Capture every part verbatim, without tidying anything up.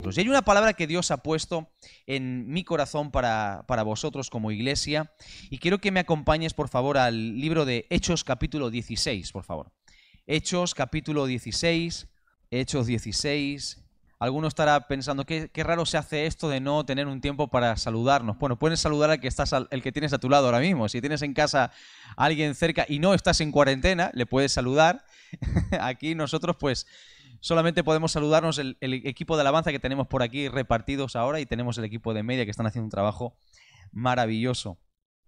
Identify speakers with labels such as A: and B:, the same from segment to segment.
A: vosotros. Y hay una palabra que Dios ha puesto en mi corazón para, para vosotros como iglesia, y quiero que me acompañes, por favor, al libro de Hechos capítulo dieciséis, por favor. Hechos capítulo dieciséis, Hechos dieciséis... Alguno estará pensando, ¿qué, qué raro se hace esto de no tener un tiempo para saludarnos. Bueno, puedes saludar al que, estás al, el que tienes a tu lado ahora mismo. Si tienes en casa a alguien cerca y no estás en cuarentena, le puedes saludar. Aquí nosotros pues solamente podemos saludarnos el, el equipo de alabanza que tenemos por aquí repartidos ahora, y tenemos el equipo de media que están haciendo un trabajo maravilloso.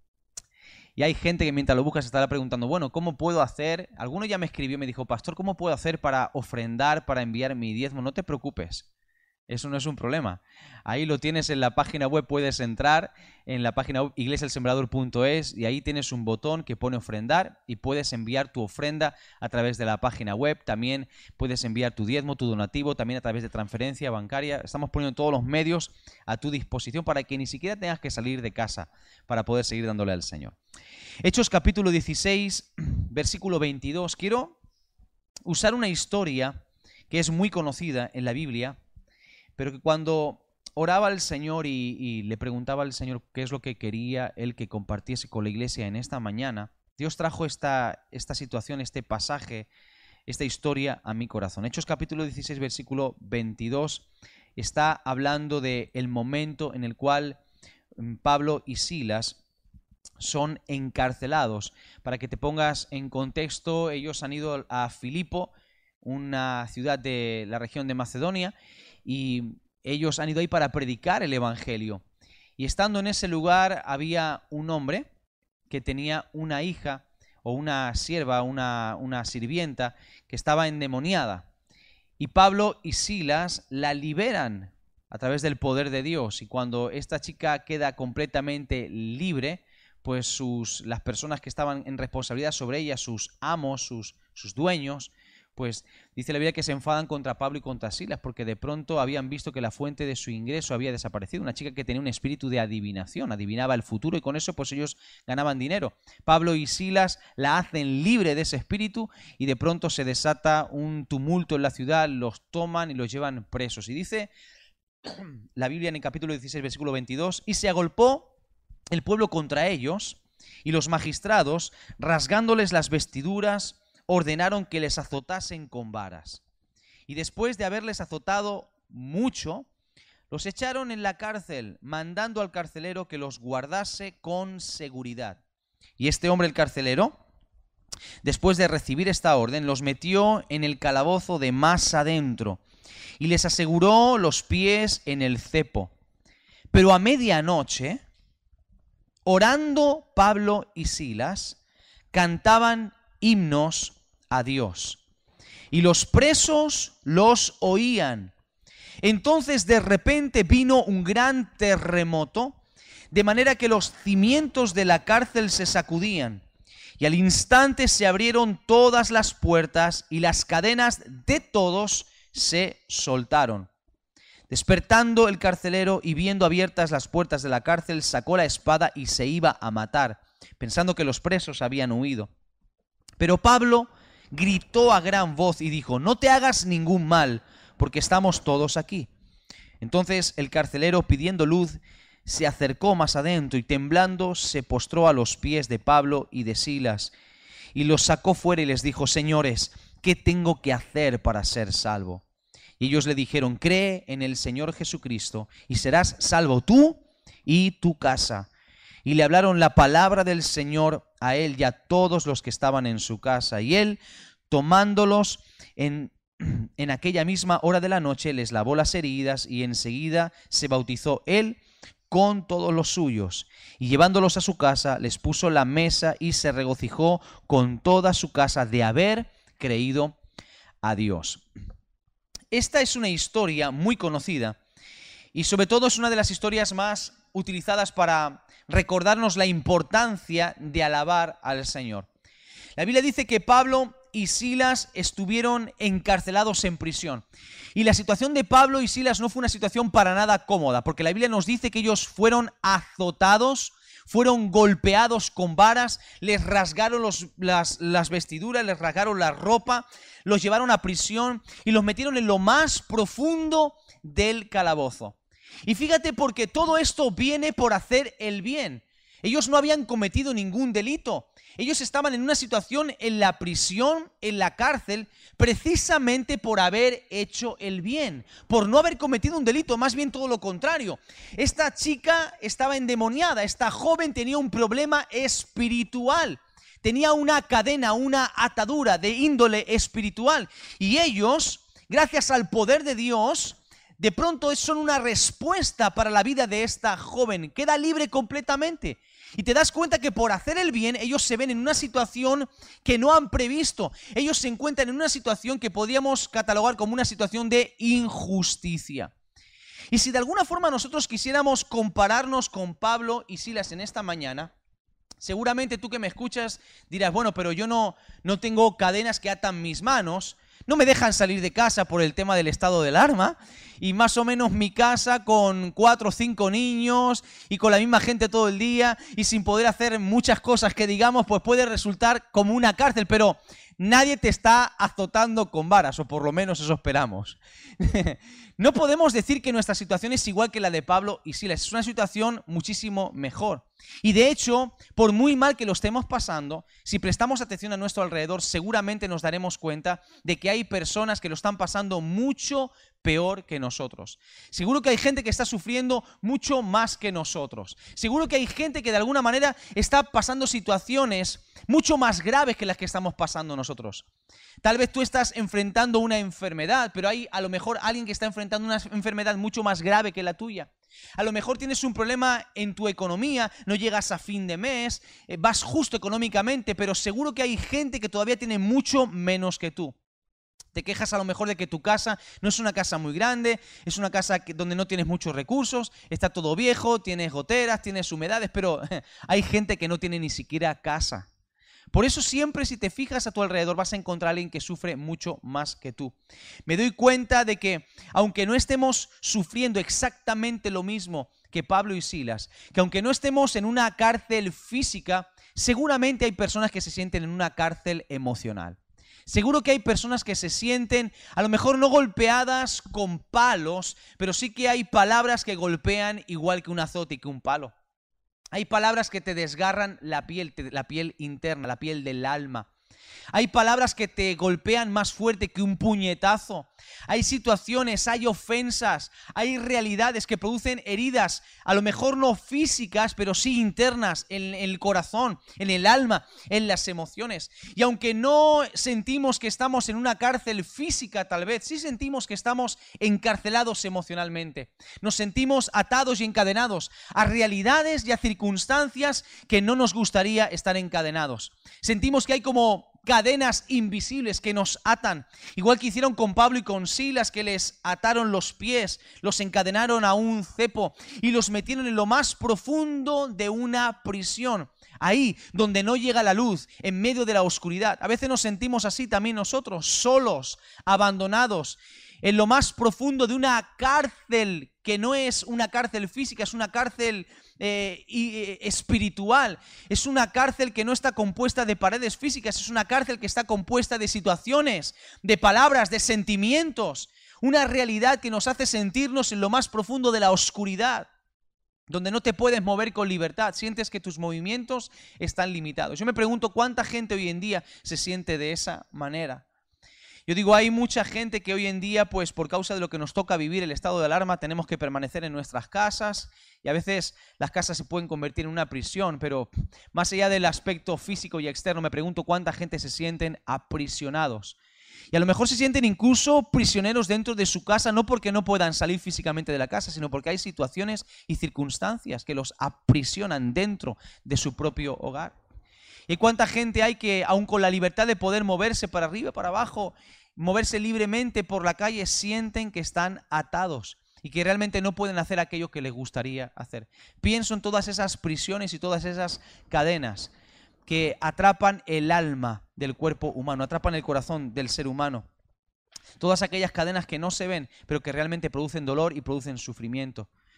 A: Y hay gente que mientras lo buscas estará preguntando, bueno, ¿cómo puedo hacer? Alguno ya me escribió y me dijo, pastor, ¿cómo puedo hacer para ofrendar, para enviar mi diezmo? No te preocupes, eso no es un problema. Ahí lo tienes en la página web, puedes entrar en la página web iglesia el sembrador punto es y ahí tienes un botón que pone ofrendar y puedes enviar tu ofrenda a través de la página web. También puedes enviar tu diezmo, tu donativo, también a través de transferencia bancaria. Estamos poniendo todos los medios a tu disposición para que ni siquiera tengas que salir de casa para poder seguir dándole al Señor. Hechos capítulo dieciséis, versículo veintidós. Quiero usar una historia que es muy conocida en la Biblia, pero que cuando oraba al Señor y, y le preguntaba al Señor qué es lo que quería Él que compartiese con la iglesia en esta mañana, Dios trajo esta, esta situación, este pasaje, esta historia a mi corazón. Hechos capítulo dieciséis, versículo veintidós, está hablando del momento en el cual Pablo y Silas son encarcelados. Para que te pongas en contexto, ellos han ido a Filipo, una ciudad de la región de Macedonia, y ellos han ido ahí para predicar el evangelio. Y estando en ese lugar había un hombre que tenía una hija o una sierva, una, una sirvienta que estaba endemoniada. Y Pablo y Silas la liberan a través del poder de Dios. Y cuando esta chica queda completamente libre, pues sus, las personas que estaban en responsabilidad sobre ella, sus amos, sus, sus dueños, pues dice la Biblia que se enfadan contra Pablo y contra Silas porque de pronto habían visto que la fuente de su ingreso había desaparecido. Una chica que tenía un espíritu de adivinación, adivinaba el futuro y con eso pues ellos ganaban dinero. Pablo y Silas la hacen libre de ese espíritu y de pronto se desata un tumulto en la ciudad, los toman y los llevan presos. Y dice la Biblia en el capítulo dieciséis, versículo veintidós, y se agolpó el pueblo contra ellos y los magistrados, rasgándoles las vestiduras, ordenaron que les azotasen con varas. Y después de haberles azotado mucho, los echaron en la cárcel, mandando al carcelero que los guardase con seguridad. Y este hombre, el carcelero, después de recibir esta orden, los metió en el calabozo de más adentro y les aseguró los pies en el cepo. Pero a medianoche, orando Pablo y Silas, cantaban himnos a Dios, y los presos los oían. Entonces de repente vino un gran terremoto, de manera que los cimientos de la cárcel se sacudían, y al instante se abrieron todas las puertas y las cadenas de todos se soltaron. Despertando el carcelero y viendo abiertas las puertas de la cárcel, sacó la espada y se iba a matar, pensando que los presos habían huido. Pero Pablo gritó a gran voz y dijo, no te hagas ningún mal, porque estamos todos aquí. Entonces el carcelero, pidiendo luz, se acercó más adentro y temblando se postró a los pies de Pablo y de Silas y los sacó fuera y les dijo, señores, ¿qué tengo que hacer para ser salvo? Y ellos le dijeron, cree en el Señor Jesucristo y serás salvo tú y tu casa. Y le hablaron la palabra del Señor a él y a todos los que estaban en su casa. Y él, tomándolos en, en aquella misma hora de la noche, les lavó las heridas y enseguida se bautizó él con todos los suyos. Y llevándolos a su casa, les puso la mesa y se regocijó con toda su casa de haber creído a Dios. Esta es una historia muy conocida y sobre todo es una de las historias más utilizadas para recordarnos la importancia de alabar al Señor. La Biblia dice que Pablo y Silas estuvieron encarcelados en prisión. Y la situación de Pablo y Silas no fue una situación para nada cómoda, porque la Biblia nos dice que ellos fueron azotados, fueron golpeados con varas, les rasgaron los, las, las vestiduras, les rasgaron la ropa, los llevaron a prisión y los metieron en lo más profundo del calabozo. Y fíjate, porque todo esto viene por hacer el bien. Ellos no habían cometido ningún delito. Ellos estaban en una situación en la prisión, en la cárcel, precisamente por haber hecho el bien, por no haber cometido un delito, más bien todo lo contrario. Esta chica estaba endemoniada, esta joven tenía un problema espiritual, tenía una cadena, una atadura de índole espiritual. Y ellos, gracias al poder de Dios, de pronto son una respuesta para la vida de esta joven. Queda libre completamente. Y te das cuenta que por hacer el bien, ellos se ven en una situación que no han previsto. Ellos se encuentran en una situación que podríamos catalogar como una situación de injusticia. Y si de alguna forma nosotros quisiéramos compararnos con Pablo y Silas en esta mañana, seguramente tú que me escuchas dirás, bueno, pero yo no, no tengo cadenas que atan mis manos, no me dejan salir de casa por el tema del estado del alarma, y más o menos mi casa con cuatro o cinco niños y con la misma gente todo el día y sin poder hacer muchas cosas que digamos, pues puede resultar como una cárcel, pero nadie te está azotando con varas, o por lo menos eso esperamos. No podemos decir que nuestra situación es igual que la de Pablo y Silas, es una situación muchísimo mejor. Y de hecho, por muy mal que lo estemos pasando, si prestamos atención a nuestro alrededor, seguramente nos daremos cuenta de que hay personas que lo están pasando mucho peor que nosotros. Seguro que hay gente que está sufriendo mucho más que nosotros. Seguro que hay gente que de alguna manera está pasando situaciones mucho más graves que las que estamos pasando nosotros. Tal vez tú estás enfrentando una enfermedad, pero hay a lo mejor alguien que está enfrentando una enfermedad mucho más grave que la tuya. A lo mejor tienes un problema en tu economía, no llegas a fin de mes, eh, vas justo económicamente, pero seguro que hay gente que todavía tiene mucho menos que tú. Te quejas a lo mejor de que tu casa no es una casa muy grande, es una casa que, donde no tienes muchos recursos, está todo viejo, tienes goteras, tienes humedades, pero hay gente que no tiene ni siquiera casa. Por eso siempre, si te fijas a tu alrededor, vas a encontrar a alguien que sufre mucho más que tú. Me doy cuenta de que, aunque no estemos sufriendo exactamente lo mismo que Pablo y Silas, que aunque no estemos en una cárcel física, seguramente hay personas que se sienten en una cárcel emocional. Seguro que hay personas que se sienten, a lo mejor no golpeadas con palos, pero sí que hay palabras que golpean igual que un azote y que un palo. Hay palabras que te desgarran la piel, la piel interna, la piel del alma. Hay palabras que te golpean más fuerte que un puñetazo. Hay situaciones, hay ofensas, hay realidades que producen heridas, a lo mejor no físicas, pero sí internas, en el corazón, en el alma, en las emociones. Y aunque no sentimos que estamos en una cárcel física, tal vez, sí sentimos que estamos encarcelados emocionalmente. Nos sentimos atados y encadenados a realidades y a circunstancias que no nos gustaría estar encadenados. Sentimos que hay como cadenas invisibles que nos atan, igual que hicieron con Pablo y con Silas, que les ataron los pies, los encadenaron a un cepo y los metieron en lo más profundo de una prisión, ahí donde no llega la luz, en medio de la oscuridad. A veces nos sentimos así también nosotros, solos, abandonados, en lo más profundo de una cárcel que no es una cárcel física, es una cárcel eh, eh, espiritual. Es una cárcel que no está compuesta de paredes físicas, es una cárcel que está compuesta de situaciones, de palabras, de sentimientos. Una realidad que nos hace sentirnos en lo más profundo de la oscuridad, donde no te puedes mover con libertad, sientes que tus movimientos están limitados. Yo me pregunto cuánta gente hoy en día se siente de esa manera. Yo digo, hay mucha gente que hoy en día, pues por causa de lo que nos toca vivir, el estado de alarma, tenemos que permanecer en nuestras casas y a veces las casas se pueden convertir en una prisión, pero más allá del aspecto físico y externo, me pregunto cuánta gente se sienten aprisionados. Y a lo mejor se sienten incluso prisioneros dentro de su casa, no porque no puedan salir físicamente de la casa, sino porque hay situaciones y circunstancias que los aprisionan dentro de su propio hogar. ¿Y cuánta gente hay que, aun con la libertad de poder moverse para arriba, para abajo, moverse libremente por la calle, sienten que están atados y que realmente no pueden hacer aquello que les gustaría hacer? Pienso en todas esas prisiones y todas esas cadenas que atrapan el alma del cuerpo humano, atrapan el corazón del ser humano. Todas aquellas cadenas que no se ven, pero que realmente producen dolor y producen sufrimiento.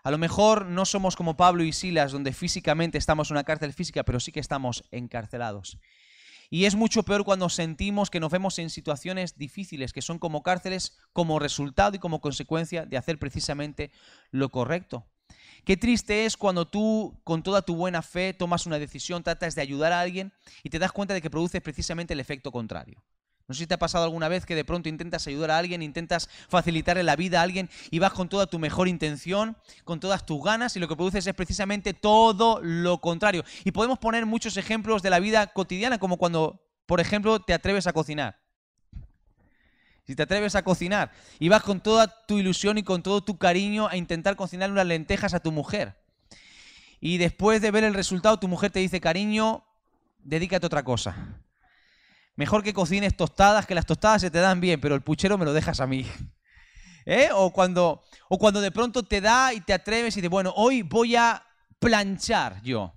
A: A lo mejor no somos como Pablo y Silas, donde físicamente estamos en una cárcel física, pero sí que estamos encarcelados. Y es mucho peor cuando sentimos que nos vemos en situaciones difíciles, que son como cárceles, como resultado y como consecuencia de hacer precisamente lo correcto. Qué triste es cuando tú, con toda tu buena fe, tomas una decisión, tratas de ayudar a alguien y te das cuenta de que produces precisamente el efecto contrario. No sé si te ha pasado alguna vez que de pronto intentas ayudar a alguien, intentas facilitarle la vida a alguien y vas con toda tu mejor intención, con todas tus ganas, y lo que produces es precisamente todo lo contrario. Y podemos poner muchos ejemplos de la vida cotidiana, como cuando, por ejemplo, te atreves a cocinar. Si te atreves a cocinar y vas con toda tu ilusión y con todo tu cariño a intentar cocinar unas lentejas a tu mujer, y después de ver el resultado tu mujer te dice, cariño, dedícate a otra cosa. Mejor que cocines tostadas, que las tostadas se te dan bien, pero el puchero me lo dejas a mí. ¿Eh? O cuando, o cuando de pronto te da y te atreves y dices, bueno, hoy voy a planchar yo.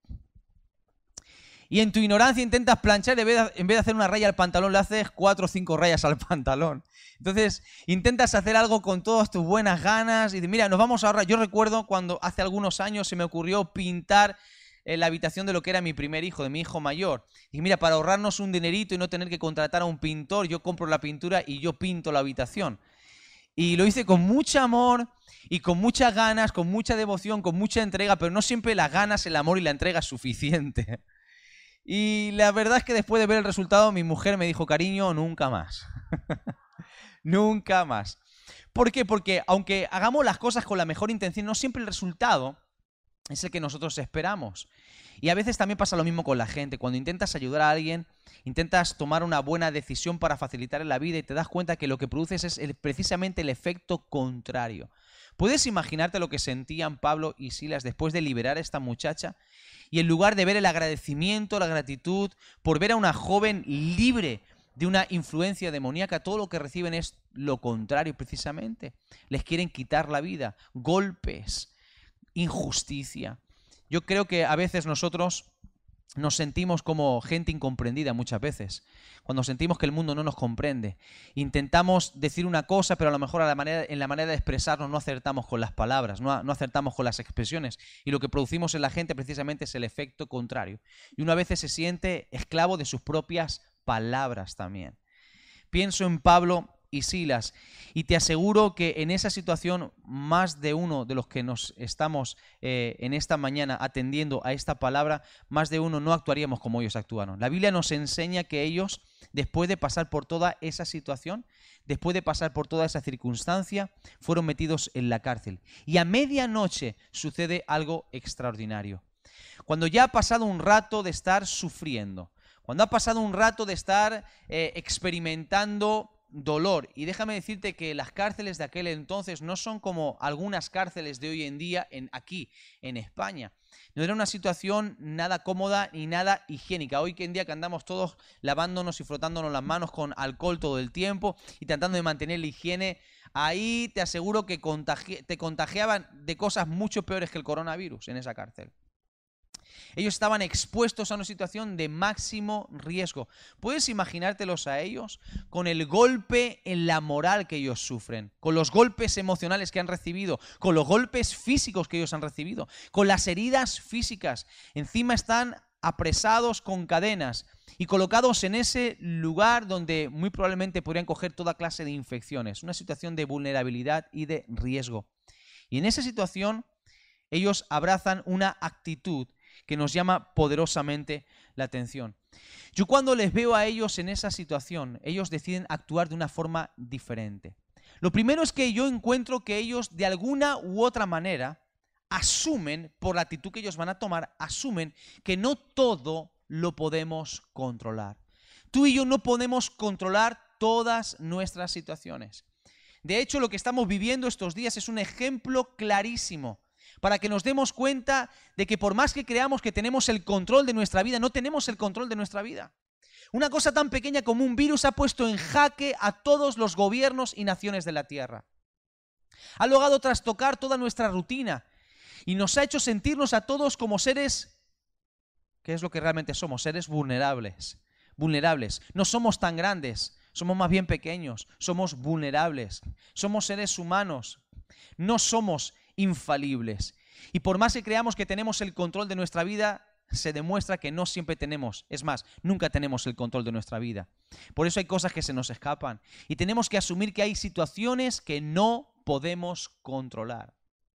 A: Y en tu ignorancia intentas planchar y en vez de, en vez de hacer una raya al pantalón, le haces cuatro o cinco rayas al pantalón. Entonces intentas hacer algo con todas tus buenas ganas y dices, mira, nos vamos a ahorrar. Yo recuerdo cuando hace algunos años se me ocurrió pintar en la habitación de lo que era mi primer hijo, de mi hijo mayor. Y mira, para ahorrarnos un dinerito y no tener que contratar a un pintor, yo compro la pintura y yo pinto la habitación. Y lo hice con mucho amor y con muchas ganas, con mucha devoción, con mucha entrega, pero no siempre las ganas, el amor y la entrega es suficiente. Y la verdad es que después de ver el resultado, mi mujer me dijo, cariño, nunca más. Nunca más. ¿Por qué? Porque aunque hagamos las cosas con la mejor intención, no siempre el resultado es el que nosotros esperamos. Y a veces también pasa lo mismo con la gente. Cuando intentas ayudar a alguien, intentas tomar una buena decisión para facilitarle la vida y te das cuenta que lo que produces es el, precisamente el efecto contrario. ¿Puedes imaginarte lo que sentían Pablo y Silas después de liberar a esta muchacha? Y en lugar de ver el agradecimiento, la gratitud por ver a una joven libre de una influencia demoníaca, todo lo que reciben es lo contrario precisamente. Les quieren quitar la vida, golpes, injusticia. Yo creo que a veces nosotros nos sentimos como gente incomprendida muchas veces, cuando sentimos que el mundo no nos comprende. Intentamos decir una cosa, pero a lo mejor a la manera, en la manera de expresarnos no acertamos con las palabras, no, no acertamos con las expresiones, y lo que producimos en la gente precisamente es el efecto contrario. Y uno a veces se siente esclavo de sus propias palabras también. Pienso en Pablo y Silas, y te aseguro que en esa situación más de uno de los que nos estamos eh, en esta mañana atendiendo a esta palabra, más de uno no actuaríamos como ellos actuaron. La Biblia nos enseña que ellos, después de pasar por toda esa situación, después de pasar por toda esa circunstancia, fueron metidos en la cárcel. Y a medianoche sucede algo extraordinario. Cuando ya ha pasado un rato de estar sufriendo, cuando ha pasado un rato de estar eh, experimentando dolor, y déjame decirte que las cárceles de aquel entonces no son como algunas cárceles de hoy en día en, aquí, en España. No era una situación nada cómoda ni nada higiénica. Hoy en día que andamos todos lavándonos y frotándonos las manos con alcohol todo el tiempo y tratando de mantener la higiene, ahí te aseguro que contagi- te contagiaban de cosas mucho peores que el coronavirus en esa cárcel. Ellos estaban expuestos a una situación de máximo riesgo. ¿Puedes imaginártelos a ellos con el golpe en la moral que ellos sufren, con los golpes emocionales que han recibido, con los golpes físicos que ellos han recibido, con las heridas físicas? Encima están apresados con cadenas y colocados en ese lugar donde muy probablemente podrían coger toda clase de infecciones. Una situación de vulnerabilidad y de riesgo. Y en esa situación ellos abrazan una actitud que nos llama poderosamente la atención. Yo cuando les veo a ellos en esa situación, ellos deciden actuar de una forma diferente. Lo primero es que yo encuentro que ellos de alguna u otra manera asumen, por la actitud que ellos van a tomar, asumen que no todo lo podemos controlar. Tú y yo no podemos controlar todas nuestras situaciones. De hecho, lo que estamos viviendo estos días es un ejemplo clarísimo para que nos demos cuenta de que por más que creamos que tenemos el control de nuestra vida, no tenemos el control de nuestra vida. Una cosa tan pequeña como un virus ha puesto en jaque a todos los gobiernos y naciones de la tierra. Ha logrado trastocar toda nuestra rutina y nos ha hecho sentirnos a todos como seres, ¿qué es lo que realmente somos? Seres vulnerables. Vulnerables. No somos tan grandes, somos más bien pequeños, somos vulnerables, somos seres humanos, no somos infalibles. Y por más que creamos que tenemos el control de nuestra vida, se demuestra que no siempre tenemos, es más, nunca tenemos el control de nuestra vida. Por eso hay cosas que se nos escapan y tenemos que asumir que hay situaciones que no podemos controlar.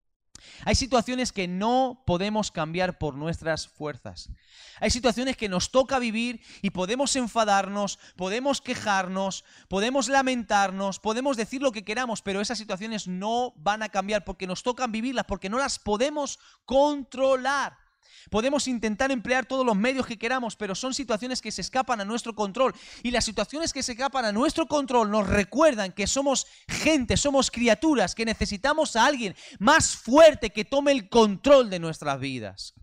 A: Hay situaciones que no podemos cambiar por nuestras fuerzas. Hay situaciones que nos toca vivir y podemos enfadarnos, podemos quejarnos, podemos lamentarnos, podemos decir lo que queramos, pero esas situaciones no van a cambiar porque nos tocan vivirlas, porque no las podemos controlar. Podemos intentar emplear todos los medios que queramos, pero son situaciones que se escapan a nuestro control. Y las situaciones que se escapan a nuestro control nos recuerdan que somos gente, somos criaturas, que necesitamos a alguien más fuerte que tome el control de nuestras vidas.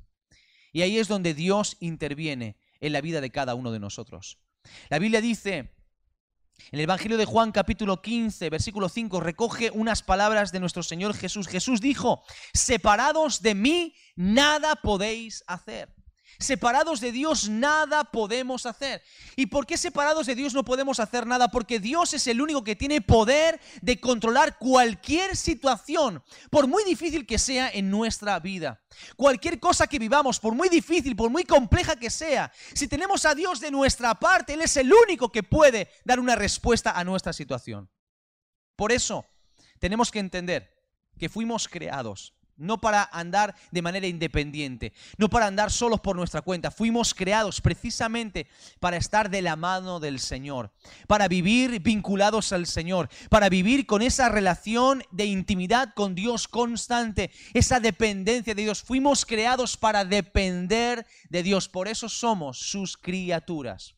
A: Y ahí es donde Dios interviene en la vida de cada uno de nosotros. La Biblia dice, en el Evangelio de Juan capítulo quince, versículo cinco, recoge unas palabras de nuestro Señor Jesús. Jesús dijo, separados de mí, nada podéis hacer. Separados de Dios, nada podemos hacer. ¿Y por qué separados de Dios no podemos hacer nada? Porque Dios es el único que tiene poder de controlar cualquier situación, por muy difícil que sea en nuestra vida. Cualquier cosa que vivamos, por muy difícil, por muy compleja que sea, si tenemos a Dios de nuestra parte, Él es el único que puede dar una respuesta a nuestra situación. Por eso, tenemos que entender que fuimos creados no para andar de manera independiente, no para andar solos por nuestra cuenta. Fuimos creados precisamente para estar de la mano del Señor, para vivir vinculados al Señor, para vivir con esa relación de intimidad con Dios constante, esa dependencia de Dios. Fuimos creados para depender de Dios, por eso somos sus criaturas.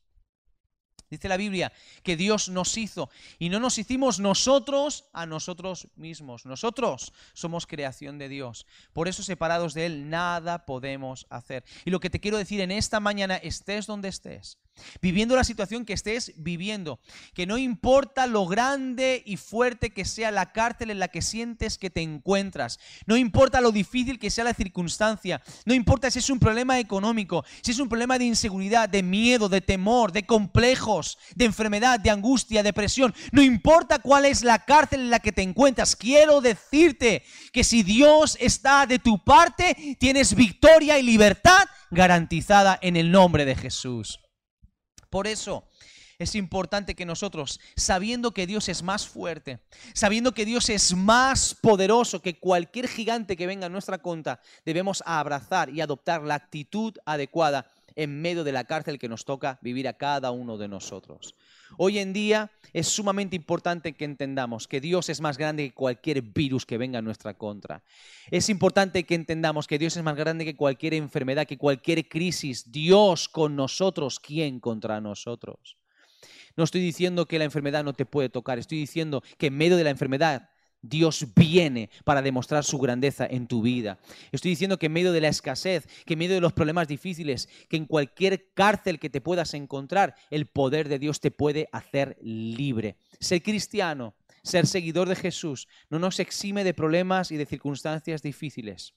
A: Dice la Biblia que Dios nos hizo y no nos hicimos nosotros a nosotros mismos. Nosotros somos creación de Dios. Por eso, separados de Él, nada podemos hacer. Y lo que te quiero decir en esta mañana, estés donde estés, viviendo la situación que estés viviendo, que no importa lo grande y fuerte que sea la cárcel en la que sientes que te encuentras, no importa lo difícil que sea la circunstancia, no importa si es un problema económico, si es un problema de inseguridad, de miedo, de temor, de complejos, de enfermedad, de angustia, depresión, no importa cuál es la cárcel en la que te encuentras, quiero decirte que si Dios está de tu parte, tienes victoria y libertad garantizada en el nombre de Jesús. Por eso es importante que nosotros, sabiendo que Dios es más fuerte, sabiendo que Dios es más poderoso que cualquier gigante que venga a nuestra contra, debemos abrazar y adoptar la actitud adecuada en medio de la cárcel que nos toca vivir a cada uno de nosotros. Hoy en día es sumamente importante que entendamos que Dios es más grande que cualquier virus que venga a nuestra contra. Es importante que entendamos que Dios es más grande que cualquier enfermedad, que cualquier crisis. Dios con nosotros, ¿quién contra nosotros? No estoy diciendo que la enfermedad no te puede tocar, estoy diciendo que en medio de la enfermedad Dios viene para demostrar su grandeza en tu vida. Estoy diciendo que en medio de la escasez, que en medio de los problemas difíciles, que en cualquier cárcel que te puedas encontrar, el poder de Dios te puede hacer libre. Ser cristiano, ser seguidor de Jesús, no nos exime de problemas y de circunstancias difíciles,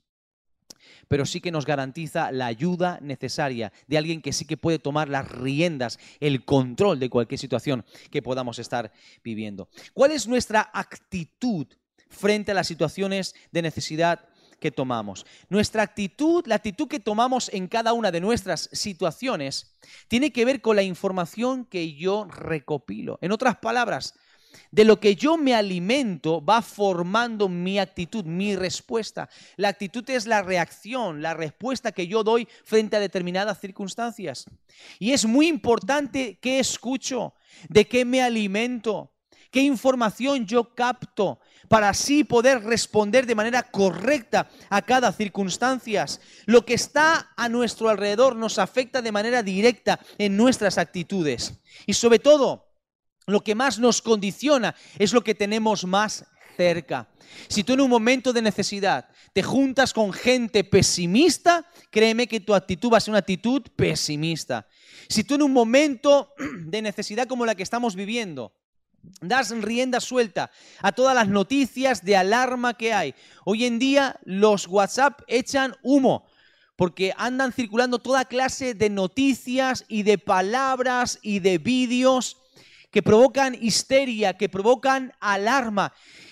A: pero sí que nos garantiza la ayuda necesaria de alguien que sí que puede tomar las riendas, el control de cualquier situación que podamos estar viviendo. ¿Cuál es nuestra actitud frente a las situaciones de necesidad que tomamos? Nuestra actitud, la actitud que tomamos en cada una de nuestras situaciones, tiene que ver con la información que yo recopilo. En otras palabras, de lo que yo me alimento va formando mi actitud, mi respuesta. La actitud es la reacción, la respuesta que yo doy frente a determinadas circunstancias. Y es muy importante qué escucho, de qué me alimento, qué información yo capto, para así poder responder de manera correcta a cada circunstancia. Lo que está a nuestro alrededor nos afecta de manera directa en nuestras actitudes. Y sobre todo, lo que más nos condiciona es lo que tenemos más cerca. Si tú en un momento de necesidad te juntas con gente pesimista, créeme que tu actitud va a ser una actitud pesimista. Si tú en un momento de necesidad como la que estamos viviendo, das rienda suelta a todas las noticias de alarma que hay. Hoy en día los WhatsApp echan humo, porque andan circulando toda clase de noticias y de palabras y de vídeos que provocan histeria, que provocan alarma.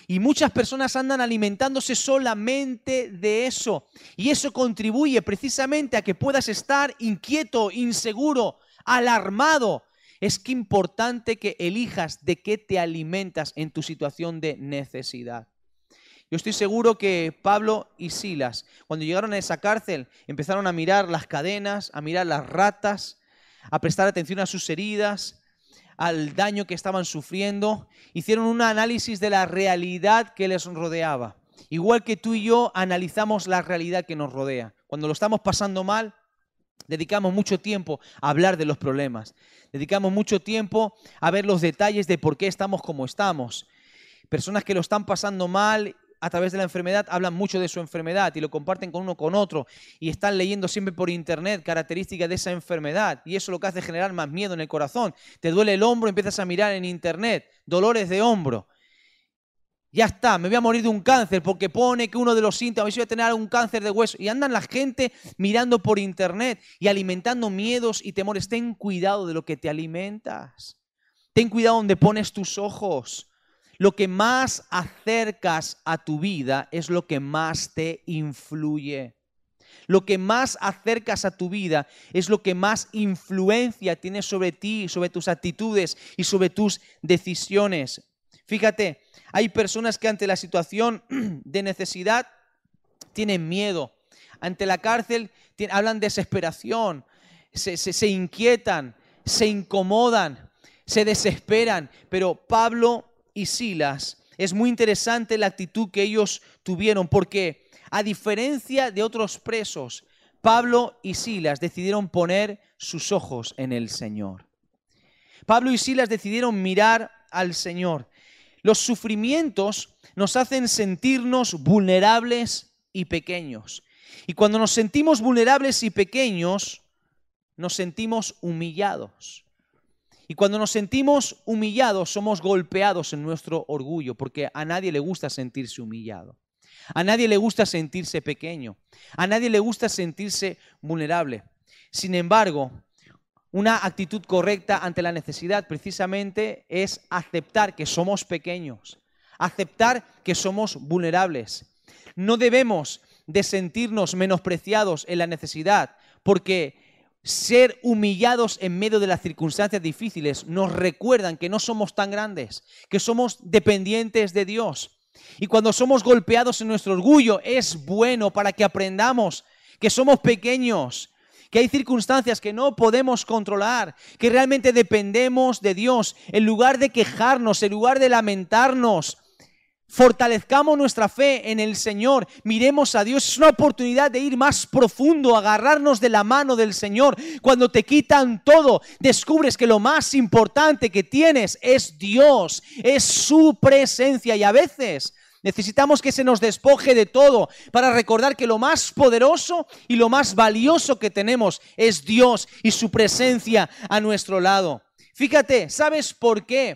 A: Y muchas personas andan alimentándose solamente de eso. Y eso contribuye precisamente a que puedas estar inquieto, inseguro, alarmado. Es que importante que elijas de qué te alimentas en tu situación de necesidad. Yo estoy seguro que Pablo y Silas, cuando llegaron a esa cárcel, empezaron a mirar las cadenas, a mirar las ratas, a prestar atención a sus heridas, al daño que estaban sufriendo. Hicieron un análisis de la realidad que les rodeaba. Igual que tú y yo analizamos la realidad que nos rodea. Cuando lo estamos pasando mal, dedicamos mucho tiempo a hablar de los problemas. Dedicamos mucho tiempo a ver los detalles de por qué estamos como estamos. Personas que lo están pasando mal a través de la enfermedad hablan mucho de su enfermedad y lo comparten con uno con otro y están leyendo siempre por internet características de esa enfermedad, y eso lo que hace es generar más miedo en el corazón. Te duele el hombro, empiezas a mirar en internet, dolores de hombro. Ya está, me voy a morir de un cáncer porque pone que uno de los síntomas, voy a tener un cáncer de hueso. Y andan la gente mirando por internet y alimentando miedos y temores. Ten cuidado de lo que te alimentas. Ten cuidado donde pones tus ojos. Lo que más acercas a tu vida es lo que más te influye. Lo que más acercas a tu vida es lo que más influencia tiene sobre ti, sobre tus actitudes y sobre tus decisiones. Fíjate, hay personas que ante la situación de necesidad tienen miedo. Ante la cárcel hablan desesperación, se, se, se inquietan, se incomodan, se desesperan. Pero Pablo y Silas, es muy interesante la actitud que ellos tuvieron, porque a diferencia de otros presos, Pablo y Silas decidieron poner sus ojos en el Señor. Pablo y Silas decidieron mirar al Señor. Los sufrimientos nos hacen sentirnos vulnerables y pequeños. Y cuando nos sentimos vulnerables y pequeños, nos sentimos humillados. Y cuando nos sentimos humillados, somos golpeados en nuestro orgullo, porque a nadie le gusta sentirse humillado. A nadie le gusta sentirse pequeño. A nadie le gusta sentirse vulnerable. Sin embargo, una actitud correcta ante la necesidad precisamente es aceptar que somos pequeños, aceptar que somos vulnerables. No debemos de sentirnos menospreciados en la necesidad, porque ser humillados en medio de las circunstancias difíciles nos recuerdan que no somos tan grandes, que somos dependientes de Dios. Y cuando somos golpeados en nuestro orgullo, es bueno para que aprendamos que somos pequeños, que hay circunstancias que no podemos controlar, que realmente dependemos de Dios. En lugar de quejarnos, en lugar de lamentarnos, fortalezcamos nuestra fe en el Señor, miremos a Dios. Es una oportunidad de ir más profundo, agarrarnos de la mano del Señor. Cuando te quitan todo, descubres que lo más importante que tienes es Dios, es su presencia. Y a veces necesitamos que se nos despoje de todo para recordar que lo más poderoso y lo más valioso que tenemos es Dios y su presencia a nuestro lado. Fíjate, ¿sabes por qué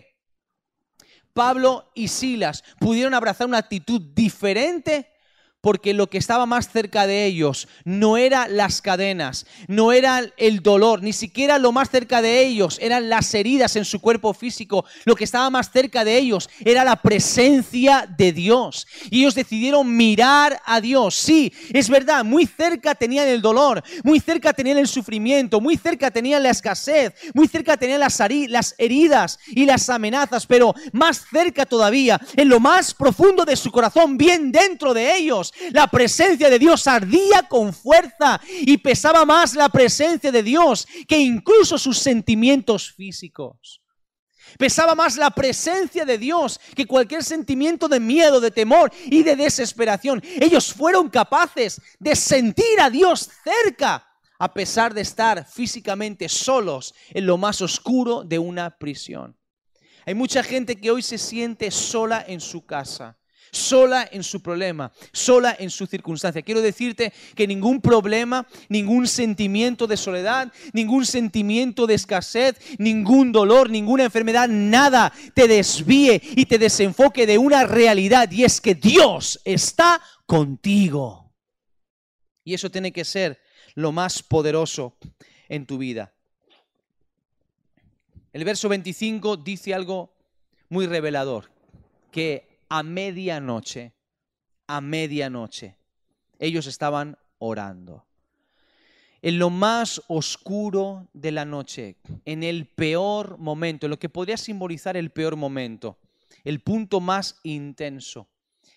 A: Pablo y Silas pudieron abrazar una actitud diferente? Porque lo que estaba más cerca de ellos no eran las cadenas, no era el dolor, ni siquiera lo más cerca de ellos eran las heridas en su cuerpo físico. Lo que estaba más cerca de ellos era la presencia de Dios. Y ellos decidieron mirar a Dios. Sí, es verdad, muy cerca tenían el dolor, muy cerca tenían el sufrimiento, muy cerca tenían la escasez, muy cerca tenían las heridas y las amenazas, pero más cerca todavía, en lo más profundo de su corazón, bien dentro de ellos, la presencia de Dios ardía con fuerza y pesaba más la presencia de Dios que incluso sus sentimientos físicos. Pesaba más la presencia de Dios que cualquier sentimiento de miedo, de temor y de desesperación. Ellos fueron capaces de sentir a Dios cerca, a pesar de estar físicamente solos en lo más oscuro de una prisión. Hay mucha gente que hoy se siente sola en su casa, sola en su problema, sola en su circunstancia. Quiero decirte que ningún problema, ningún sentimiento de soledad, ningún sentimiento de escasez, ningún dolor, ninguna enfermedad, nada te desvíe y te desenfoque de una realidad, y es que Dios está contigo. Y eso tiene que ser lo más poderoso en tu vida. El verso veinticinco dice algo muy revelador, que a medianoche, a medianoche, ellos estaban orando. En lo más oscuro de la noche, en el peor momento, lo que podría simbolizar el peor momento, el punto más intenso,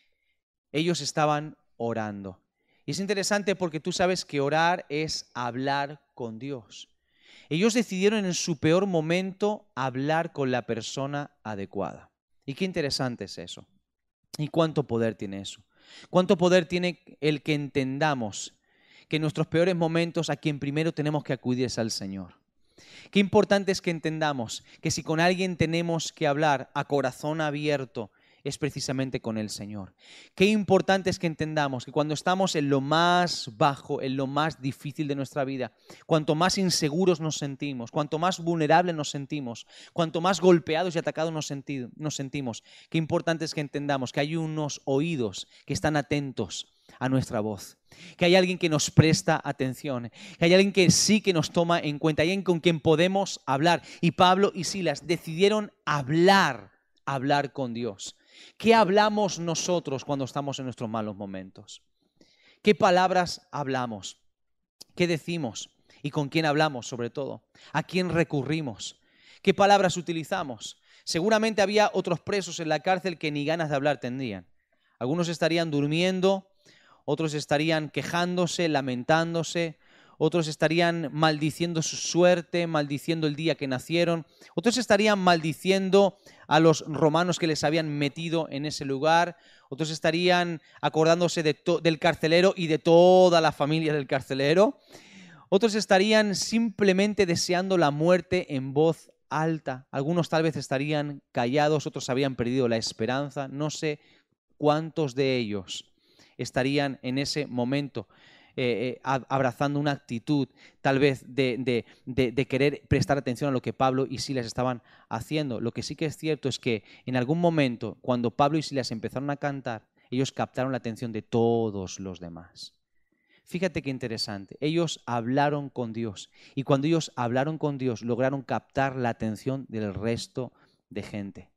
A: ellos estaban orando. Y es interesante porque tú sabes que orar es hablar con Dios. Ellos decidieron en su peor momento hablar con la persona adecuada. Y qué interesante es eso. ¿Y cuánto poder tiene eso? ¿Cuánto poder tiene el que entendamos que en nuestros peores momentos a quien primero tenemos que acudir es al Señor? Qué importante es que entendamos que si con alguien tenemos que hablar a corazón abierto, es precisamente con el Señor. Qué importante es que entendamos que cuando estamos en lo más bajo, en lo más difícil de nuestra vida, cuanto más inseguros nos sentimos, cuanto más vulnerables nos sentimos, cuanto más golpeados y atacados nos, senti- nos sentimos, qué importante es que entendamos que hay unos oídos que están atentos a nuestra voz, que hay alguien que nos presta atención, que hay alguien que sí que nos toma en cuenta, hay alguien con quien podemos hablar. Y Pablo y Silas decidieron hablar, hablar con Dios. ¿Qué hablamos nosotros cuando estamos en nuestros malos momentos? ¿Qué palabras hablamos? ¿Qué decimos? ¿Y con quién hablamos sobre todo? ¿A quién recurrimos? ¿Qué palabras utilizamos? Seguramente había otros presos en la cárcel que ni ganas de hablar tendrían. Algunos estarían durmiendo, otros estarían quejándose, lamentándose, otros estarían maldiciendo su suerte, maldiciendo el día que nacieron, otros estarían maldiciendo a los romanos que les habían metido en ese lugar, otros estarían acordándose de del carcelero y de toda la familia del carcelero, otros estarían simplemente deseando la muerte en voz alta, algunos tal vez estarían callados, otros habían perdido la esperanza, no sé cuántos de ellos estarían en ese momento eh, eh, abrazando una actitud tal vez de, de, de, de querer prestar atención a lo que Pablo y Silas estaban haciendo. Lo que sí que es cierto es que en algún momento, cuando Pablo y Silas empezaron a cantar, ellos captaron la atención de todos los demás. Fíjate qué interesante. Ellos hablaron con Dios y cuando ellos hablaron con Dios lograron captar la atención del resto de gente.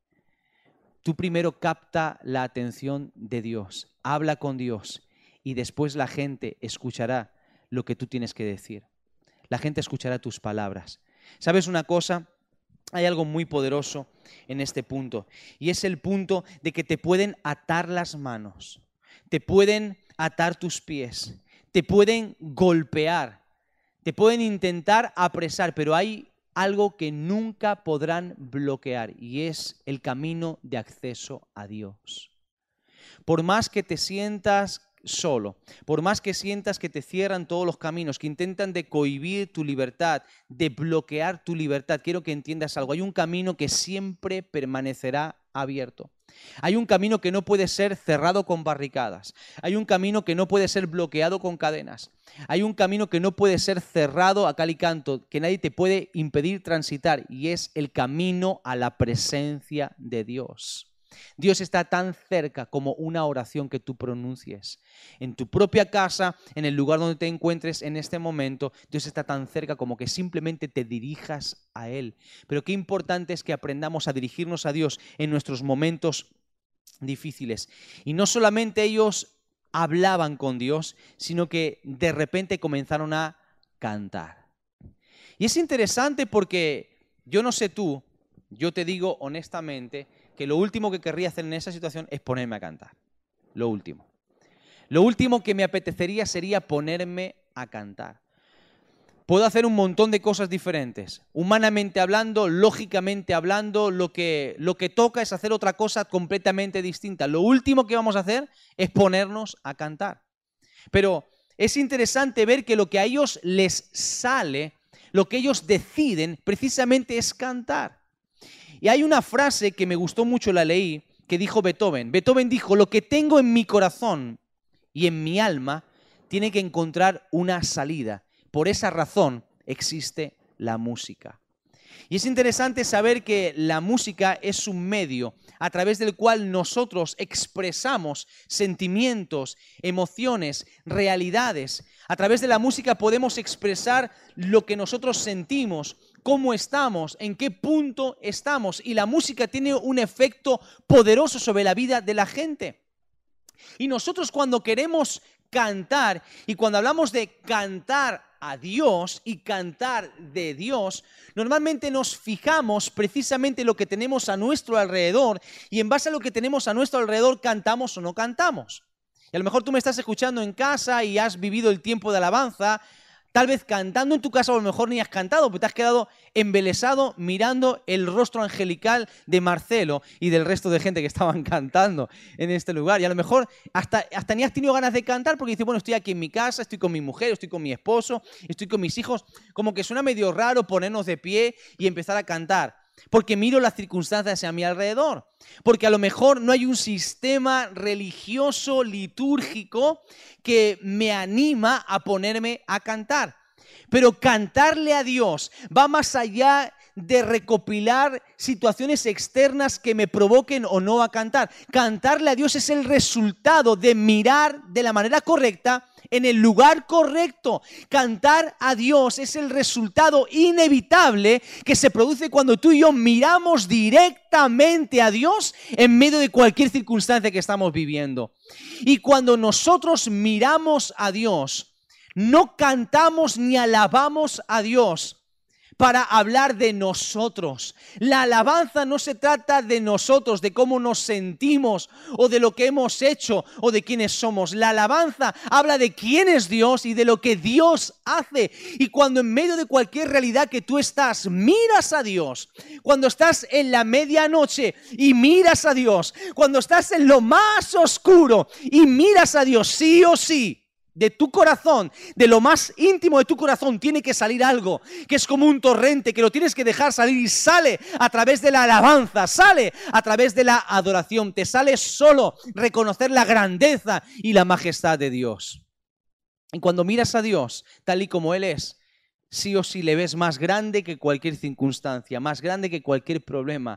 A: Tú primero capta la atención de Dios, habla con Dios y después la gente escuchará lo que tú tienes que decir. La gente escuchará tus palabras. ¿Sabes una cosa? Hay algo muy poderoso en este punto y es el punto de que te pueden atar las manos, te pueden atar tus pies, te pueden golpear, te pueden intentar apresar, pero hay algo que nunca podrán bloquear y es el camino de acceso a Dios. Por más que te sientas solo, por más que sientas que te cierran todos los caminos, que intentan de cohibir tu libertad, de bloquear tu libertad, quiero que entiendas algo. Hay un camino que siempre permanecerá abierto. Hay un camino que no puede ser cerrado con barricadas. Hay un camino que no puede ser bloqueado con cadenas. Hay un camino que no puede ser cerrado a cal y canto, que nadie te puede impedir transitar, y es el camino a la presencia de Dios. Dios está tan cerca como una oración que tú pronuncies. En tu propia casa, en el lugar donde te encuentres en este momento, Dios está tan cerca como que simplemente te dirijas a Él. Pero qué importante es que aprendamos a dirigirnos a Dios en nuestros momentos difíciles. Y no solamente ellos hablaban con Dios, sino que de repente comenzaron a cantar. Y es interesante porque yo no sé tú, yo te digo honestamente que lo último que querría hacer en esa situación es ponerme a cantar. Lo último. Lo último que me apetecería sería ponerme a cantar. Puedo hacer un montón de cosas diferentes. Humanamente hablando, lógicamente hablando, lo que, lo que toca es hacer otra cosa completamente distinta. Lo último que vamos a hacer es ponernos a cantar. Pero es interesante ver que lo que a ellos les sale, lo que ellos deciden, precisamente es cantar. Y hay una frase que me gustó mucho, la leí, que dijo Beethoven. Beethoven dijo: lo que tengo en mi corazón y en mi alma tiene que encontrar una salida. Por esa razón existe la música. Y es interesante saber que la música es un medio a través del cual nosotros expresamos sentimientos, emociones, realidades. A través de la música podemos expresar lo que nosotros sentimos cómo estamos, en qué punto estamos. Y la música tiene un efecto poderoso sobre la vida de la gente. Y nosotros cuando queremos cantar, y cuando hablamos de cantar a Dios y cantar de Dios, normalmente nos fijamos precisamente en lo que tenemos a nuestro alrededor, y en base a lo que tenemos a nuestro alrededor cantamos o no cantamos. Y a lo mejor tú me estás escuchando en casa y has vivido el tiempo de alabanza, tal vez cantando en tu casa, o a lo mejor ni has cantado, pero te has quedado embelesado mirando el rostro angelical de Marcelo y del resto de gente que estaban cantando en este lugar. Y a lo mejor hasta, hasta ni has tenido ganas de cantar porque dices, bueno, estoy aquí en mi casa, estoy con mi mujer, estoy con mi esposo, estoy con mis hijos. Como que suena medio raro ponernos de pie y empezar a cantar, porque miro las circunstancias a mi alrededor. Porque a lo mejor no hay un sistema religioso, litúrgico, que me anima a ponerme a cantar. Pero cantarle a Dios va más allá de recopilar situaciones externas que me provoquen o no a cantar. Cantarle a Dios es el resultado de mirar de la manera correcta, en el lugar correcto. Cantar a Dios es el resultado inevitable que se produce cuando tú y yo miramos directamente a Dios en medio de cualquier circunstancia que estamos viviendo. Y cuando nosotros miramos a Dios, no cantamos ni alabamos a Dios para hablar de nosotros. La alabanza no se trata de nosotros, de cómo nos sentimos o de lo que hemos hecho o de quiénes somos. La alabanza habla de quién es Dios y de lo que Dios hace. Y cuando en medio de cualquier realidad que tú estás, miras a Dios, cuando estás en la medianoche y miras a Dios, cuando estás en lo más oscuro y miras a Dios, sí o sí, de tu corazón, de lo más íntimo de tu corazón, tiene que salir algo que es como un torrente, que lo tienes que dejar salir, y sale a través de la alabanza, sale a través de la adoración, te sale solo reconocer la grandeza y la majestad de Dios. Y cuando miras a Dios tal y como Él es, sí o sí le ves más grande que cualquier circunstancia, más grande que cualquier problema.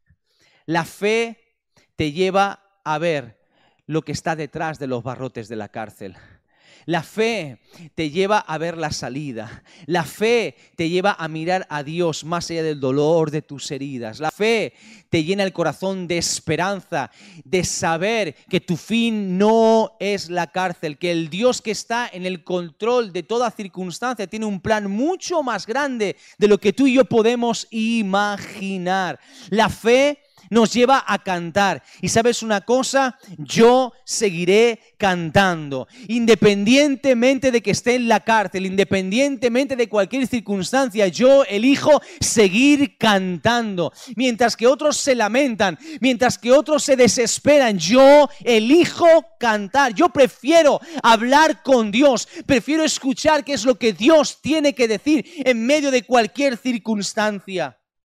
A: La fe te lleva a ver lo que está detrás de los barrotes de la cárcel. La fe te lleva a ver la salida. La fe te lleva a mirar a Dios más allá del dolor de tus heridas. La fe te llena el corazón de esperanza, de saber que tu fin no es la cárcel, que el Dios que está en el control de toda circunstancia tiene un plan mucho más grande de lo que tú y yo podemos imaginar. La fe nos lleva a cantar. Y ¿sabes una cosa? Yo seguiré cantando. Independientemente de que esté en la cárcel, independientemente de cualquier circunstancia, yo elijo seguir cantando. Mientras que otros se lamentan, mientras que otros se desesperan, yo elijo cantar. Yo prefiero hablar con Dios, prefiero escuchar qué es lo que Dios tiene que decir en medio de cualquier circunstancia.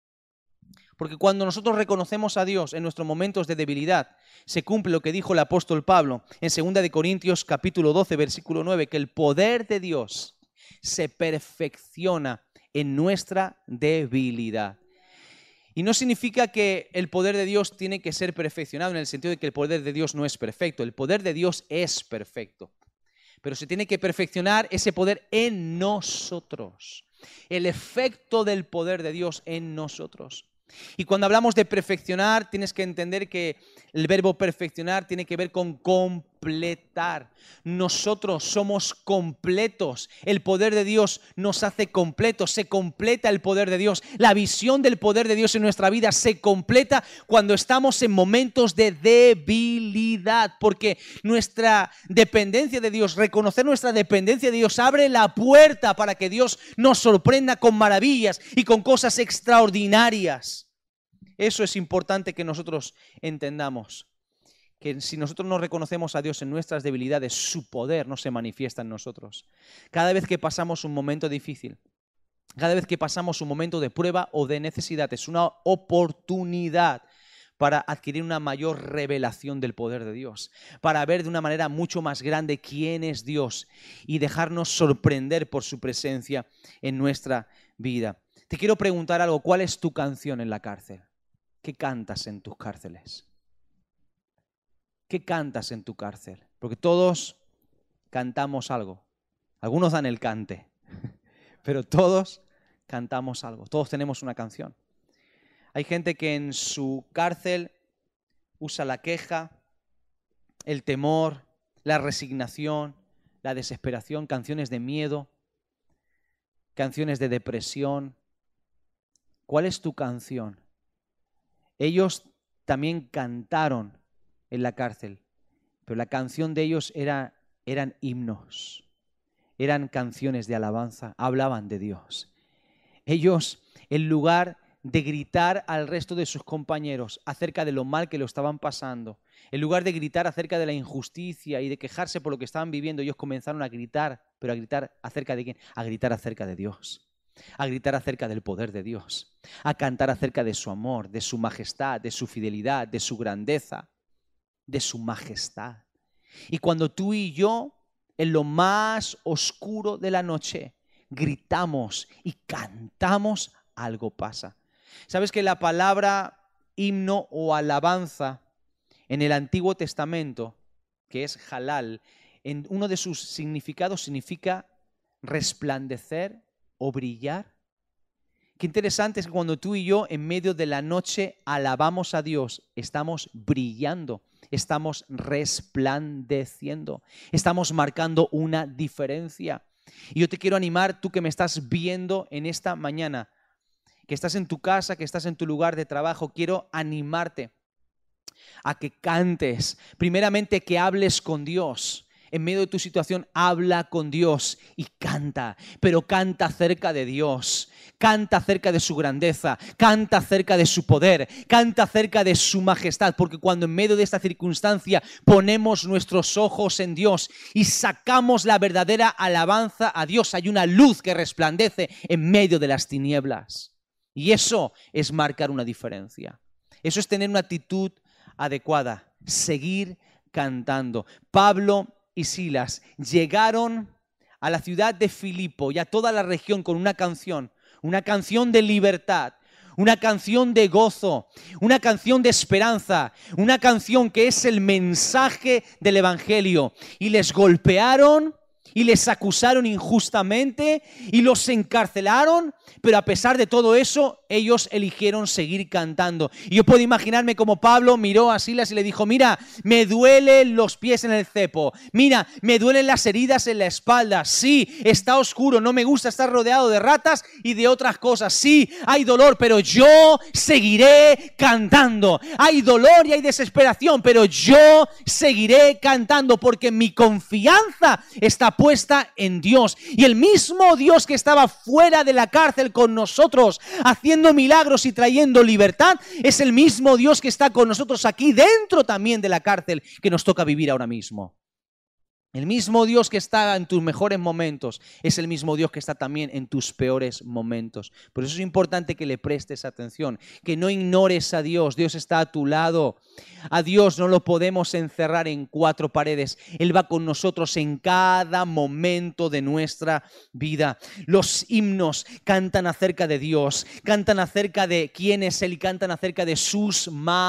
A: Porque cuando nosotros reconocemos a Dios en nuestros momentos de debilidad, se cumple lo que dijo el apóstol Pablo en segunda de Corintios capítulo doce, versículo nueve, que el poder de Dios se perfecciona en nuestra debilidad. Y no significa que el poder de Dios tiene que ser perfeccionado en el sentido de que el poder de Dios no es perfecto. El poder de Dios es perfecto. Pero se tiene que perfeccionar ese poder en nosotros. El efecto del poder de Dios en nosotros. Y cuando hablamos de perfeccionar, tienes que entender que el verbo perfeccionar tiene que ver con completar. Nosotros somos completos. El poder de Dios nos hace completos. Se completa el poder de Dios. La visión del poder de Dios en nuestra vida se completa cuando estamos en momentos de debilidad. Porque nuestra dependencia de Dios, reconocer nuestra dependencia de Dios, abre la puerta para que Dios nos sorprenda con maravillas y con cosas extraordinarias. Eso es importante que nosotros entendamos, que si nosotros no reconocemos a Dios en nuestras debilidades, su poder no se manifiesta en nosotros. Cada vez que pasamos un momento difícil, cada vez que pasamos un momento de prueba o de necesidad, es una oportunidad para adquirir una mayor revelación del poder de Dios, para ver de una manera mucho más grande quién es Dios y dejarnos sorprender por su presencia en nuestra vida. Te quiero preguntar algo, ¿cuál es tu canción en la cárcel? ¿Qué cantas en tus cárceles? ¿Qué cantas en tu cárcel? Porque todos cantamos algo. Algunos dan el cante, pero todos cantamos algo. Todos tenemos una canción. Hay gente que en su cárcel usa la queja, el temor, la resignación, la desesperación, canciones de miedo, canciones de depresión. ¿Cuál es tu canción? Ellos también cantaron en la cárcel, pero la canción de ellos era, eran himnos, eran canciones de alabanza, hablaban de Dios. Ellos, en lugar de gritar al resto de sus compañeros acerca de lo mal que lo estaban pasando, en lugar de gritar acerca de la injusticia y de quejarse por lo que estaban viviendo, ellos comenzaron a gritar, pero a gritar acerca de quién, a gritar acerca de Dios. A gritar acerca del poder de Dios, a cantar acerca de su amor, de su majestad, de su fidelidad, de su grandeza, de su majestad. Y cuando tú y yo, en lo más oscuro de la noche, gritamos y cantamos, algo pasa. ¿Sabes que la palabra himno o alabanza en el Antiguo Testamento, que es halal, en uno de sus significados significa resplandecer o brillar? Qué interesante es que cuando tú y yo en medio de la noche alabamos a Dios, estamos brillando, estamos resplandeciendo, estamos marcando una diferencia. Y yo te quiero animar, tú que me estás viendo en esta mañana, que estás en tu casa, que estás en tu lugar de trabajo, quiero animarte a que cantes, primeramente que hables con Dios. En medio de tu situación, habla con Dios y canta, pero canta acerca de Dios, canta acerca de su grandeza, canta acerca de su poder, canta acerca de su majestad, porque cuando en medio de esta circunstancia ponemos nuestros ojos en Dios y sacamos la verdadera alabanza a Dios, hay una luz que resplandece en medio de las tinieblas. Y eso es marcar una diferencia. Eso es tener una actitud adecuada, seguir cantando. Pablo y Silas llegaron a la ciudad de Filipo y a toda la región con una canción, una canción de libertad, una canción de gozo, una canción de esperanza, una canción que es el mensaje del Evangelio. Y les golpearon y les acusaron injustamente y los encarcelaron, pero a pesar de todo eso, ellos eligieron seguir cantando. Y yo puedo imaginarme como Pablo miró a Silas y le dijo, mira, me duelen los pies en el cepo, mira, me duelen las heridas en la espalda, sí, está oscuro, no me gusta estar rodeado de ratas y de otras cosas, sí, hay dolor, pero yo seguiré cantando. Hay dolor y hay desesperación, pero yo seguiré cantando porque mi confianza está puesta en Dios. Y el mismo Dios que estaba fuera de la cárcel con nosotros, haciendo milagros y trayendo libertad, es el mismo Dios que está con nosotros aquí dentro también de la cárcel que nos toca vivir ahora mismo. El mismo Dios que está en tus mejores momentos es el mismo Dios que está también en tus peores momentos. Por eso es importante que le prestes atención, que no ignores a Dios. Dios está a tu lado. A Dios no lo podemos encerrar en cuatro paredes. Él va con nosotros en cada momento de nuestra vida. Los himnos cantan acerca de Dios, cantan acerca de quién es Él y cantan acerca de sus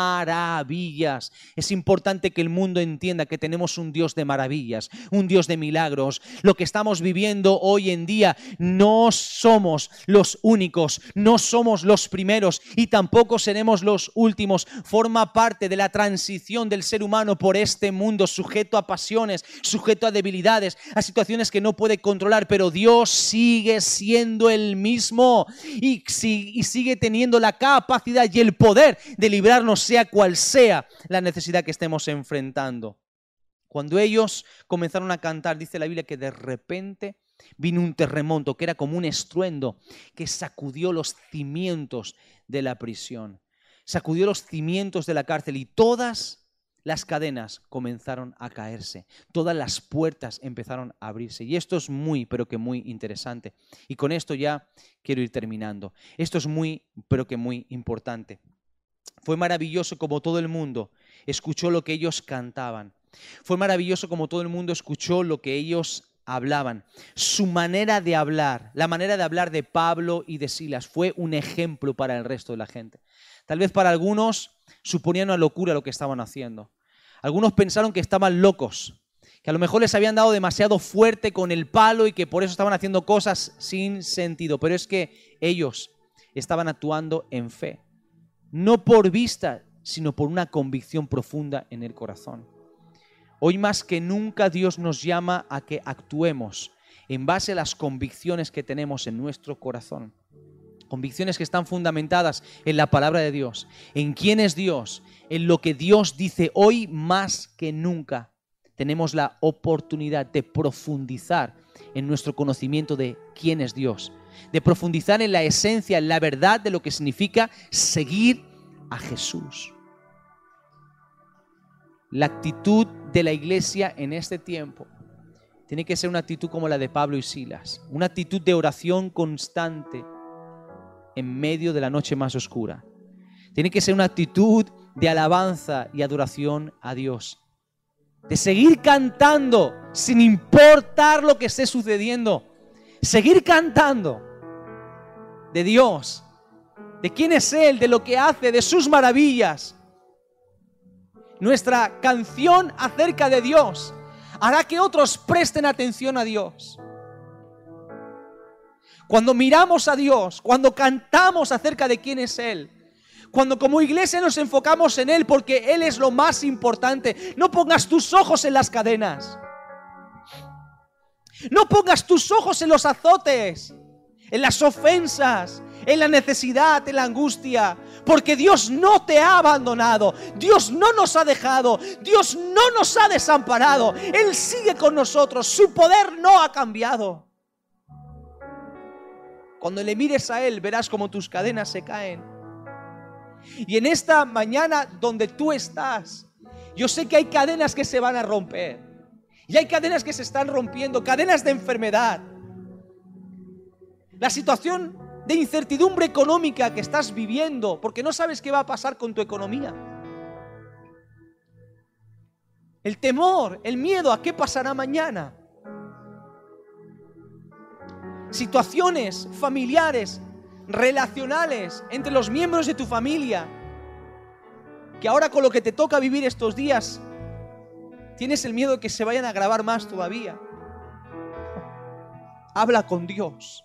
A: maravillas. Es importante que el mundo entienda que tenemos un Dios de maravillas, un Dios de milagros. Lo que estamos viviendo hoy en día, no somos los únicos, no somos los primeros y tampoco seremos los últimos. Forma parte de la transición del ser humano por este mundo, sujeto a pasiones, sujeto a debilidades, a situaciones que no puede controlar, pero Dios sigue siendo el mismo y, y sigue teniendo la capacidad y el poder de librarnos, sea cual sea la necesidad que estemos enfrentando. Cuando ellos comenzaron a cantar, dice la Biblia que de repente vino un terremoto que era como un estruendo que sacudió los cimientos de la prisión, sacudió los cimientos de la cárcel y todas las cadenas comenzaron a caerse, todas las puertas empezaron a abrirse. Y esto es muy, pero que muy interesante. Y con esto ya quiero ir terminando. Esto es muy, pero que muy importante. Fue maravilloso como todo el mundo escuchó lo que ellos cantaban. Fue maravilloso como todo el mundo escuchó lo que ellos hablaban. Su manera de hablar, la manera de hablar de Pablo y de Silas fue un ejemplo para el resto de la gente. Tal vez para algunos suponía una locura lo que estaban haciendo. Algunos pensaron que estaban locos, que a lo mejor les habían dado demasiado fuerte con el palo y que por eso estaban haciendo cosas sin sentido. Pero es que ellos estaban actuando en fe, no por vista, sino por una convicción profunda en el corazón. Hoy más que nunca Dios nos llama a que actuemos en base a las convicciones que tenemos en nuestro corazón. Convicciones que están fundamentadas en la palabra de Dios, en quién es Dios, en lo que Dios dice. Hoy más que nunca tenemos la oportunidad de profundizar en nuestro conocimiento de quién es Dios, de profundizar en la esencia, en la verdad de lo que significa seguir a Jesús. La actitud de la iglesia en este tiempo tiene que ser una actitud como la de Pablo y Silas, una actitud de oración constante en medio de la noche más oscura. Tiene que ser una actitud de alabanza y adoración a Dios, de seguir cantando sin importar lo que esté sucediendo, seguir cantando de Dios, de quién es Él, de lo que hace, de sus maravillas. Nuestra canción acerca de Dios hará que otros presten atención a Dios. Cuando miramos a Dios, cuando cantamos acerca de quién es Él, cuando como iglesia nos enfocamos en Él porque Él es lo más importante, no pongas tus ojos en las cadenas, no pongas tus ojos en los azotes, en las ofensas, en la necesidad, en la angustia, porque Dios no te ha abandonado, Dios no nos ha dejado, Dios no nos ha desamparado, Él sigue con nosotros, su poder no ha cambiado. Cuando le mires a Él, verás como tus cadenas se caen. Y en esta mañana donde tú estás, yo sé que hay cadenas que se van a romper, y hay cadenas que se están rompiendo, cadenas de enfermedad. La situación de incertidumbre económica que estás viviendo, porque no sabes qué va a pasar con tu economía. El temor, el miedo a qué pasará mañana. Situaciones familiares, relacionales, entre los miembros de tu familia, que ahora con lo que te toca vivir estos días, tienes el miedo de que se vayan a agravar más todavía. Habla con Dios.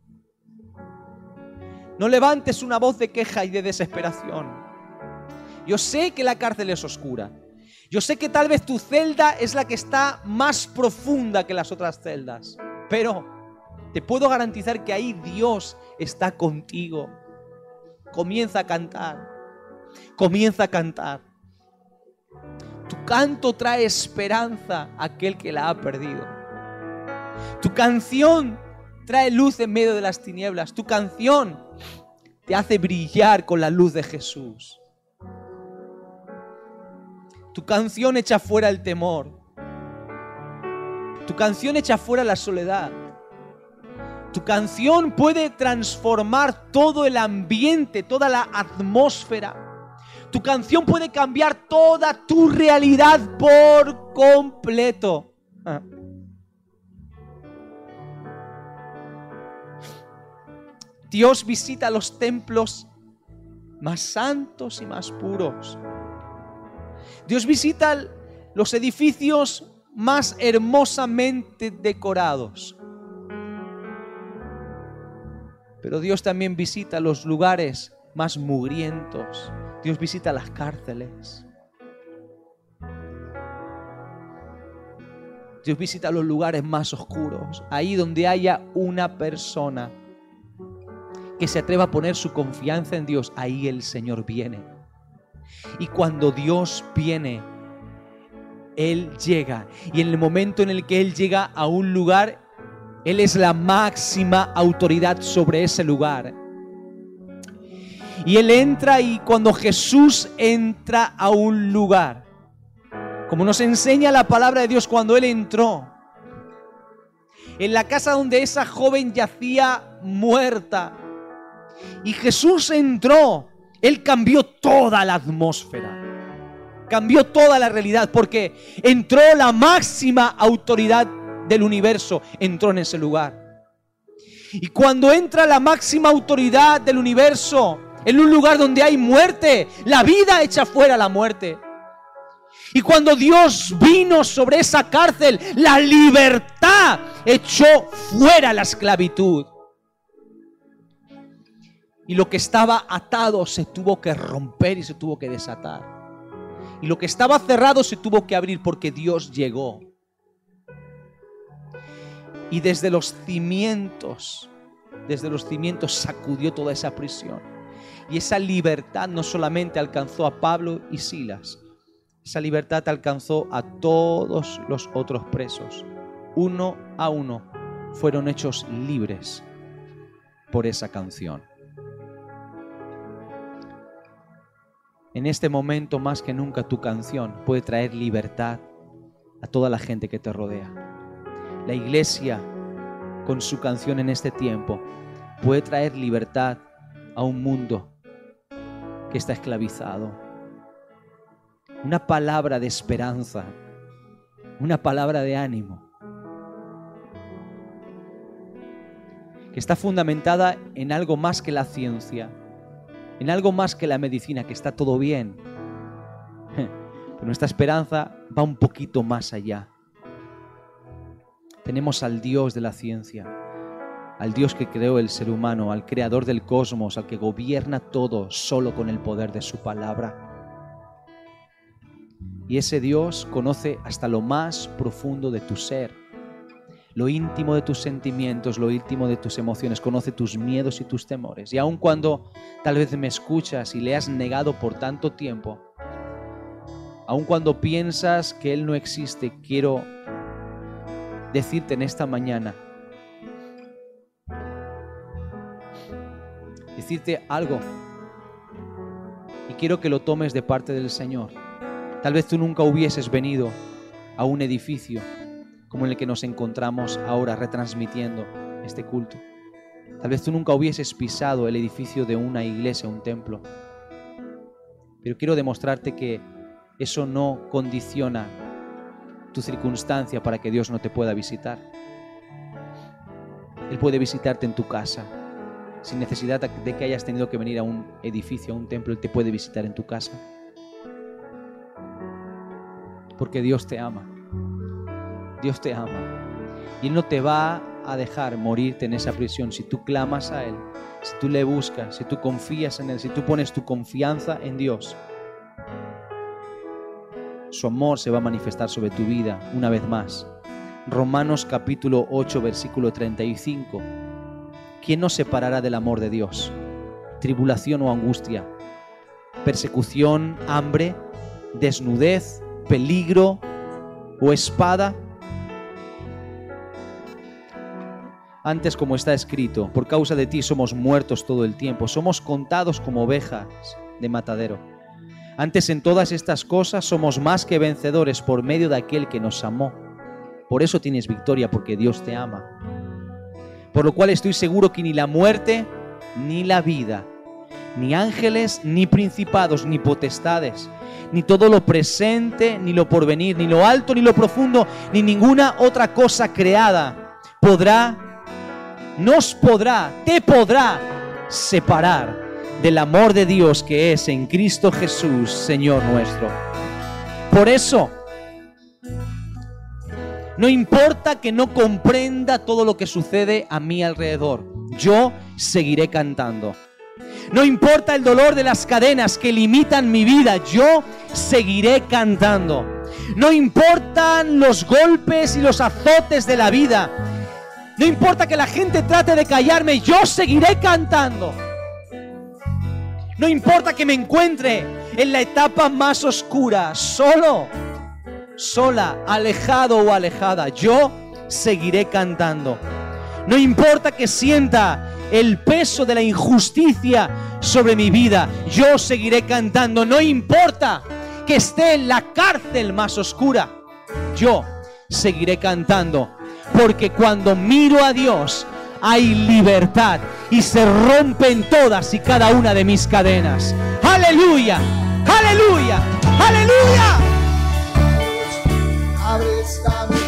A: No levantes una voz de queja y de desesperación. Yo sé que la cárcel es oscura. Yo sé que tal vez tu celda es la que está más profunda que las otras celdas. Pero te puedo garantizar que ahí Dios está contigo. Comienza a cantar. Comienza a cantar. Tu canto trae esperanza a aquel que la ha perdido. Tu canción trae luz en medio de las tinieblas. Tu canción te hace brillar con la luz de Jesús. Tu canción echa fuera el temor. Tu canción echa fuera la soledad. Tu canción puede transformar todo el ambiente, toda la atmósfera. Tu canción puede cambiar toda tu realidad por completo. Ah. Dios visita los templos más santos y más puros. Dios visita los edificios más hermosamente decorados. Pero Dios también visita los lugares más mugrientos. Dios visita las cárceles. Dios visita los lugares más oscuros. Ahí donde haya una persona que se atreva a poner su confianza en Dios, ahí el Señor viene. Y cuando Dios viene, Él llega. Y en el momento en el que Él llega a un lugar, Él es la máxima autoridad sobre ese lugar. Y Él entra, y cuando Jesús entra a un lugar, como nos enseña la palabra de Dios, cuando Él entró en la casa donde esa joven yacía muerta, y Jesús entró, Él cambió toda la atmósfera, cambió toda la realidad, porque entró la máxima autoridad del universo, entró en ese lugar. Y cuando entra la máxima autoridad del universo en un lugar donde hay muerte, la vida echa fuera la muerte. Y cuando Dios vino sobre esa cárcel, la libertad echó fuera la esclavitud. Y lo que estaba atado se tuvo que romper y se tuvo que desatar. Y lo que estaba cerrado se tuvo que abrir porque Dios llegó. Y desde los cimientos, desde los cimientos sacudió toda esa prisión. Y esa libertad no solamente alcanzó a Pablo y Silas, esa libertad alcanzó a todos los otros presos. Uno a uno fueron hechos libres por esa canción. En este momento, más que nunca, tu canción puede traer libertad a toda la gente que te rodea. La iglesia, con su canción en este tiempo, puede traer libertad a un mundo que está esclavizado. Una palabra de esperanza, una palabra de ánimo, que está fundamentada en algo más que la ciencia, en algo más que la medicina, que está todo bien. Pero nuestra esperanza va un poquito más allá. Tenemos al Dios de la ciencia, al Dios que creó el ser humano, al creador del cosmos, al que gobierna todo solo con el poder de su palabra. Y ese Dios conoce hasta lo más profundo de tu ser, lo íntimo de tus sentimientos, lo íntimo de tus emociones, conoce tus miedos y tus temores. Y aun cuando tal vez me escuchas y le has negado por tanto tiempo, aun cuando piensas que Él no existe, quiero decirte en esta mañana, decirte algo, y quiero que lo tomes de parte del Señor. Tal vez tú nunca hubieses venido a un edificio como en el que nos encontramos ahora retransmitiendo este culto. Tal vez tú nunca hubieses pisado el edificio de una iglesia, un templo. Pero quiero demostrarte que eso no condiciona tu circunstancia para que Dios no te pueda visitar. Él puede visitarte en tu casa. Sin necesidad de que hayas tenido que venir a un edificio, a un templo, Él te puede visitar en tu casa. Porque Dios te ama. Dios te ama. Y Él no te va a dejar morirte en esa prisión si tú clamas a Él, si tú le buscas, si tú confías en Él, si tú pones tu confianza en Dios. Su amor se va a manifestar sobre tu vida una vez más. Romanos capítulo ocho, versículo treinta y cinco. ¿Quién nos separará del amor de Dios? ¿Tribulación o angustia? ¿Persecución, hambre, desnudez, peligro o espada? Antes, como está escrito, por causa de ti somos muertos todo el tiempo, somos contados como ovejas de matadero. Antes, en todas estas cosas somos más que vencedores por medio de aquel que nos amó. Por eso tienes victoria, porque Dios te ama. Por lo cual estoy seguro que ni la muerte, ni la vida, ni ángeles, ni principados, ni potestades, ni todo lo presente, ni lo porvenir, ni lo alto, ni lo profundo, ni ninguna otra cosa creada podrá, nos podrá, te podrá separar del amor de Dios que es en Cristo Jesús, Señor nuestro. Por eso, no importa que no comprenda todo lo que sucede a mi alrededor, yo seguiré cantando. No importa el dolor de las cadenas que limitan mi vida, yo seguiré cantando. No importan los golpes y los azotes de la vida. No importa que la gente trate de callarme, yo seguiré cantando. No importa que me encuentre en la etapa más oscura, solo, sola, alejado o alejada, yo seguiré cantando. No importa que sienta el peso de la injusticia sobre mi vida, yo seguiré cantando. No importa que esté en la cárcel más oscura, yo seguiré cantando. Porque cuando miro a Dios hay libertad y se rompen todas y cada una de mis cadenas. ¡Aleluya! ¡Aleluya! ¡Aleluya!
B: Abre esta